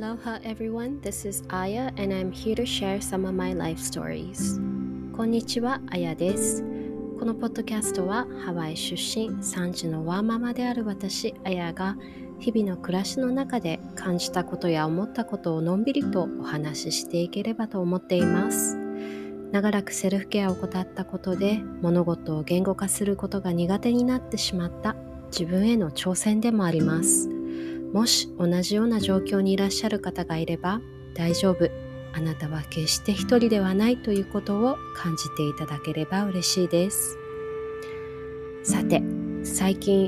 Aloha everyone, this is Aya and I'm here to share some of my life stories. こんにちは、あやです。このポッドキャストはハワイ出身3児のワーママである私、あやが日々の暮らしの中で感じたことや思ったことをのんびりとお話ししていければと思っています。長らくセルフケアを怠ったことで物事を言語化することが苦手になってしまった自分への挑戦でもあります。もし同じような状況にいらっしゃる方がいれば大丈夫、あなたは決して一人ではないということを感じていただければ嬉しいです。さて、最近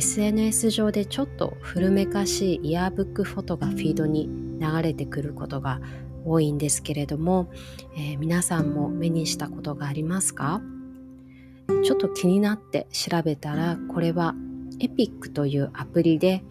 SNS 上でちょっと古めかしいイヤーブックフォトがフィードに流れてくることが多いんですけれども、皆さんも目にしたことがありますか？ちょっと気になって調べたら、これはエピックというアプリで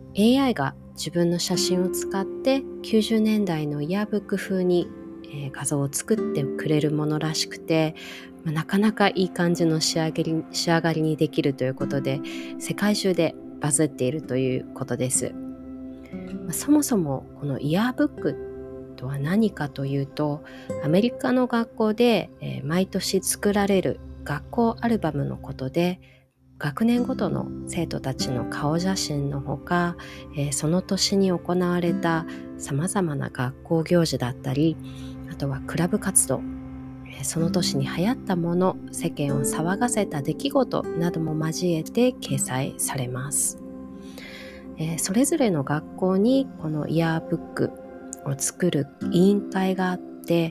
AI が自分の写真を使って90年代のイヤーブック風に画像を作ってくれるものらしくて、なかなかいい感じの仕上がりにできるということで世界中でバズっているということです。そもそもこのイヤーブックとは何かというと、アメリカの学校で毎年作られる学校アルバムのことで、学年ごとの生徒たちの顔写真のほか、その年に行われたさまざまな学校行事だったり、あとはクラブ活動、その年に流行ったもの、世間を騒がせた出来事なども交えて掲載されます。それぞれの学校にこのイヤーブックを作る委員会があって、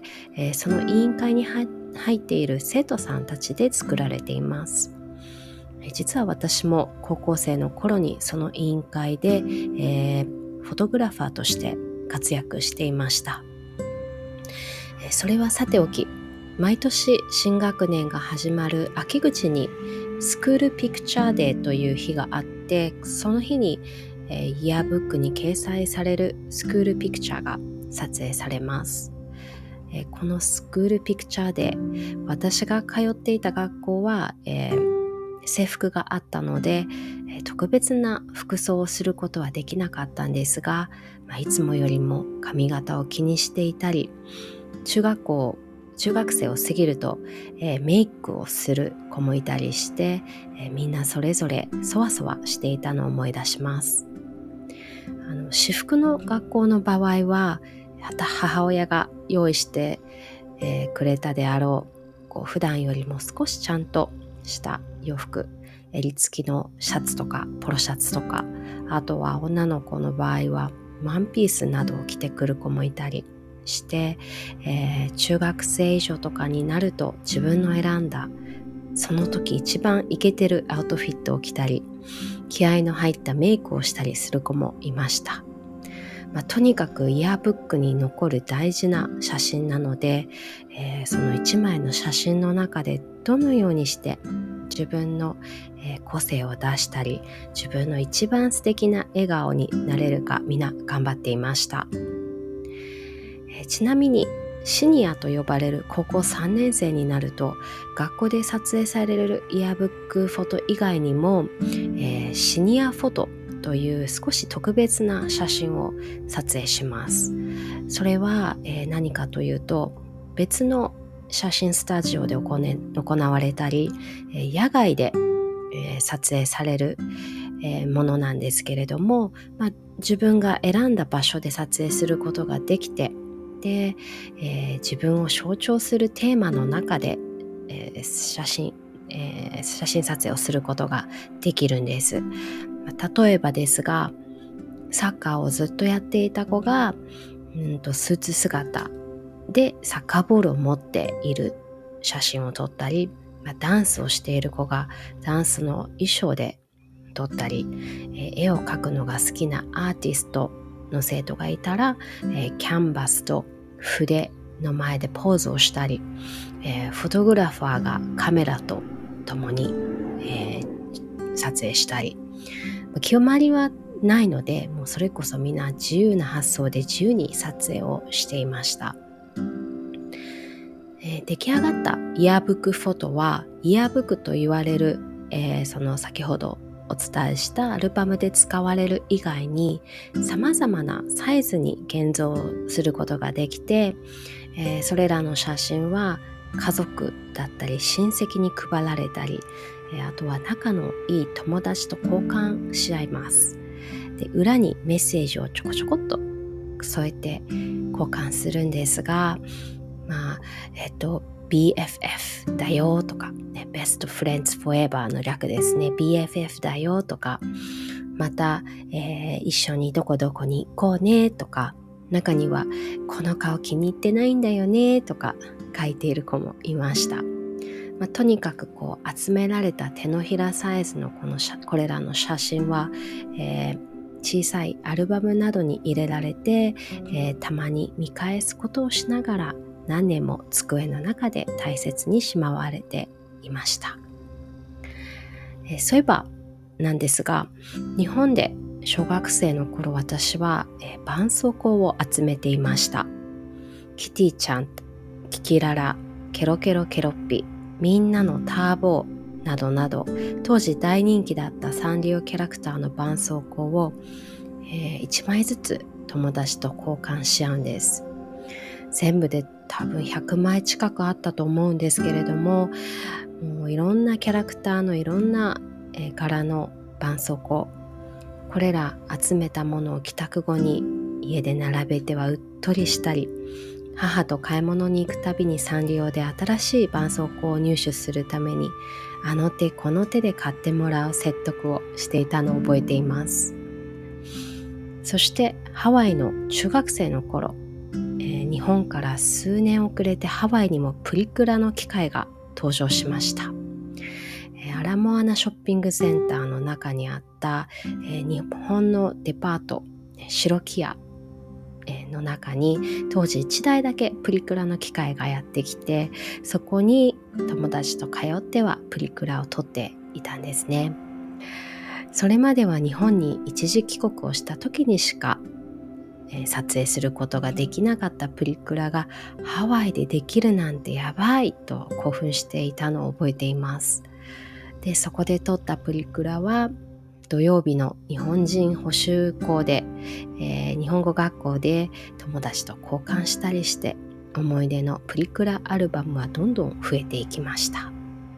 その委員会に入っている生徒さんたちで作られています。実は私も高校生の頃にその委員会で、フォトグラファーとして活躍していました。それはさておき、毎年新学年が始まる秋口にスクールピクチャーデーという日があって、その日に、イヤーブックに掲載されるスクールピクチャーが撮影されます。このスクールピクチャーデー、私が通っていた学校は、制服があったので、特別な服装をすることはできなかったんですが、いつもよりも髪型を気にしていたり、中学生を過ぎると、メイクをする子もいたりして、みんなそれぞれそわそわしていたのを思い出します。私服の学校の場合は、母親が用意して、くれたであろう、普段よりも少しちゃんとした洋服、襟付きのシャツとかポロシャツとか、あとは女の子の場合はワンピースなどを着てくる子もいたりして、中学生以上とかになると自分の選んだその時一番イケてるアウトフィットを着たり、気合の入ったメイクをしたりする子もいました。とにかくイヤーブックに残る大事な写真なので、その一枚の写真の中でどのようにして自分の、個性を出したり、自分の一番素敵な笑顔になれるか、みんな頑張っていました。ちなみにシニアと呼ばれる高校3年生になると、学校で撮影されるイヤーブックフォト以外にも、シニアフォトという少し特別な写真を撮影します。それは、何かというと、別の写真スタジオで行われたり、野外で、撮影される、ものなんですけれども、自分が選んだ場所で撮影することができて、で、自分を象徴するテーマの中で、写真撮影をすることができるんです。例えばですが、サッカーをずっとやっていた子がスーツ姿でサッカーボールを持っている写真を撮ったり、ダンスをしている子がダンスの衣装で撮ったり、絵を描くのが好きなアーティストの生徒がいたら、キャンバスと筆の前でポーズをしたり、フォトグラファーがカメラと共に、撮影したり、決まりはないので、もうそれこそみんな自由な発想で自由に撮影をしていました。出来上がったイヤーブックフォトは、イヤーブックと言われる、その先ほどお伝えしたアルバムで使われる以外に様々なサイズに現像することができて、それらの写真は家族だったり親戚に配られたり、あとは仲のいい友達と交換し合います。で、裏にメッセージをちょこちょこっと添えて交換するんですが、BFF だよとか、Best Friends Forever の略ですね。BFF だよとか、また、一緒にどこどこに行こうねとか、中にはこの顔気に入ってないんだよねとか書いている子もいました。とにかく集められた手のひらサイズのこれらの写真は、小さいアルバムなどに入れられて、たまに見返すことをしながら何年も机の中で大切にしまわれていました。そういえばなんですが、日本で小学生の頃私は、絆創膏を集めていました。キティちゃん、キキララ、ケロケロケロッピ、みんなのターボーなどなど、当時大人気だったサンリオキャラクターの絆創膏を、1枚ずつ友達と交換し合うんです。全部で多分100枚近くあったと思うんですけれども、もういろんなキャラクターのいろんな、柄の絆創膏、これら集めたものを帰宅後に家で並べてはうっとりしたり、母と買い物に行くたびにサンリオで新しい絆創膏を入手するために、あの手この手で買ってもらう説得をしていたのを覚えています。そしてハワイの中学生の頃、日本から数年遅れてハワイにもプリクラの機械が登場しました。アラモアナショッピングセンターの中にあった、日本のデパート白木屋の中に当時1台だけプリクラの機械がやってきて、そこに友達と通ってはプリクラを撮っていたんですね。それまでは日本に一時帰国をした時にしか撮影することができなかったプリクラがハワイでできるなんてやばいと興奮していたのを覚えています。で、そこで撮ったプリクラは土曜日の日本人補習校で、日本語学校で友達と交換したりして、思い出のプリクラアルバムはどんどん増えていきました。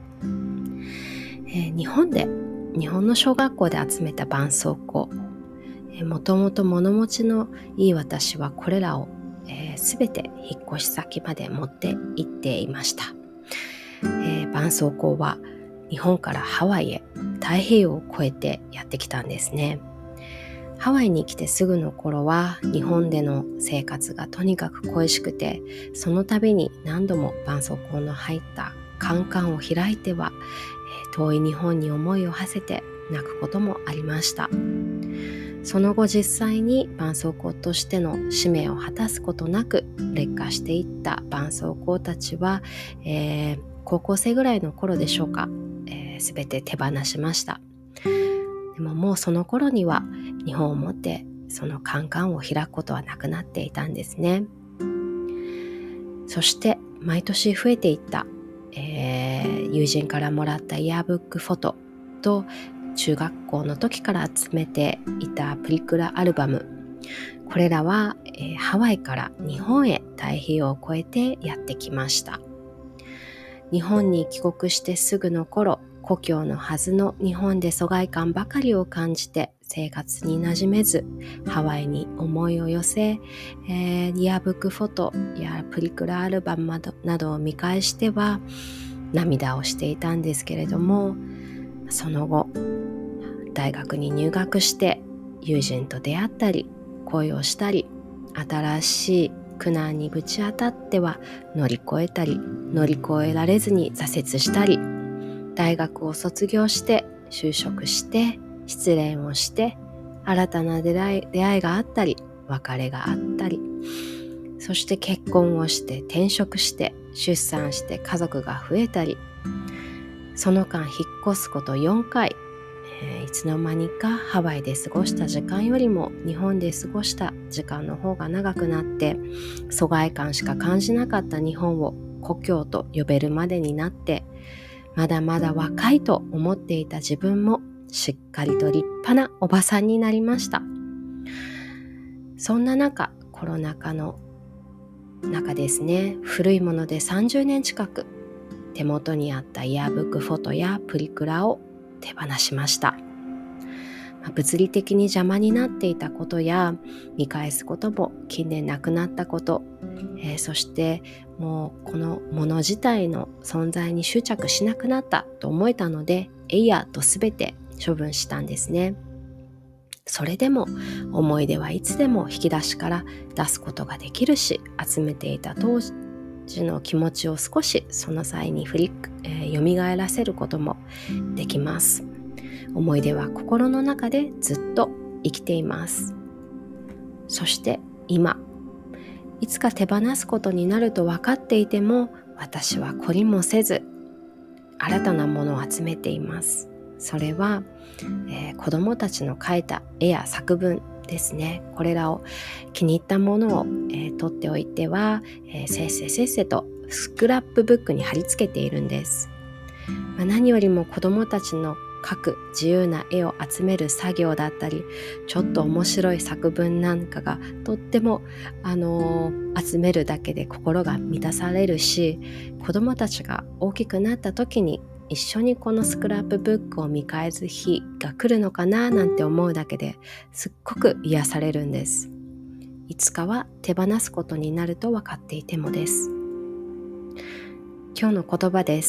日本の小学校で集めた絆創膏、もともと物持ちのいい私はこれらを、すべて引っ越し先まで持って行っていました。絆創膏は日本からハワイへ太平洋を越えてやってきたんですね。ハワイに来てすぐの頃は日本での生活がとにかく恋しくて、その度に何度も絆創膏の入ったカンカンを開いては、遠い日本に思いを馳せて泣くこともありました。その後実際に絆創膏としての使命を果たすことなく劣化していった絆創膏たちは、高校生ぐらいの頃でしょうか、すべて手放しました。でももうその頃には日本をもってそのカンカンを開くことはなくなっていたんですね。そして毎年増えていった、友人からもらったイヤーブックフォトと中学校の時から集めていたプリクラアルバム、これらは、ハワイから日本へ太平洋を越えてやってきました。日本に帰国してすぐの頃、故郷のはずの日本で疎外感ばかりを感じて生活に馴染めず、ハワイに思いを寄せ、イヤーブックフォトやプリクラアルバムなどを見返しては涙をしていたんですけれども、その後大学に入学して友人と出会ったり恋をしたり、新しい苦難にぶち当たっては乗り越えたり、乗り越えられずに挫折したり、大学を卒業して就職して失恋をして新たな出会いがあったり、別れがあったり、そして結婚をして転職して出産して家族が増えたり、その間引っ越すこと4回、いつの間にかハワイで過ごした時間よりも日本で過ごした時間の方が長くなって、疎外感しか感じなかった日本を故郷と呼べるまでになって、まだまだ若いと思っていた自分もしっかりと立派なおばさんになりました。そんな中、コロナ禍の中ですね、古いもので30年近く手元にあったイヤーブックフォトやプリクラを手放しました。物理的に邪魔になっていたことや見返すことも近年なくなったこと、そしてもうこのもの自体の存在に執着しなくなったと思えたので、いやと全て処分したんですね。それでも思い出はいつでも引き出しから出すことができるし、集めていた当時の気持ちを少しその際に蘇らせることもできます。思い出は心の中でずっと生きています。そして今、いつか手放すことになると分かっていても、私は懲りもせず新たなものを集めています。それは、子どもたちの描いた絵や作文ですね。これらを気に入ったものを、取っておいては、せっせとスクラップブックに貼り付けているんです。何よりも子どもたちの描く自由な絵を集める作業だったり、ちょっと面白い作文なんかがとっても、集めるだけで心が満たされるし、子どもたちが大きくなった時に一緒にこのスクラップブックを見返す日が来るのかななんて思うだけですっごく癒されるんです。いつかは手放すことになると分かっていてもです。今日の言葉です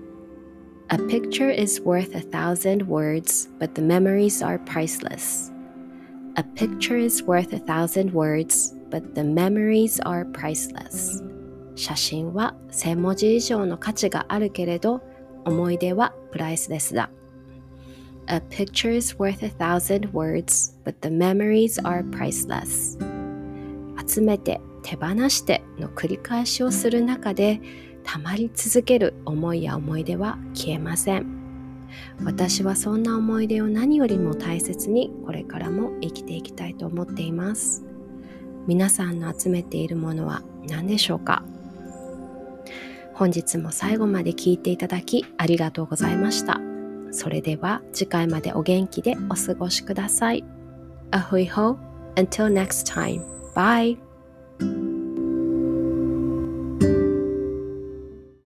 。A picture is worth 1,000 words, but the memories are priceless. A picture is worth 1,000 words, but the memories are priceless. 写真は1000文字以上の価値があるけれど、思い出はプライスレスだ。A picture is worth 1,000 words, but the memories are priceless. 集めて手放しての繰り返しをする中で、たまり続ける思いや思い出は消えません。私はそんな思い出を何よりも大切にこれからも生きていきたいと思っています。皆さんの集めているものは何でしょうか？本日も最後まで聞いていただきありがとうございました。それでは次回までお元気でお過ごしください。Ahoy ho! Until next time. Bye!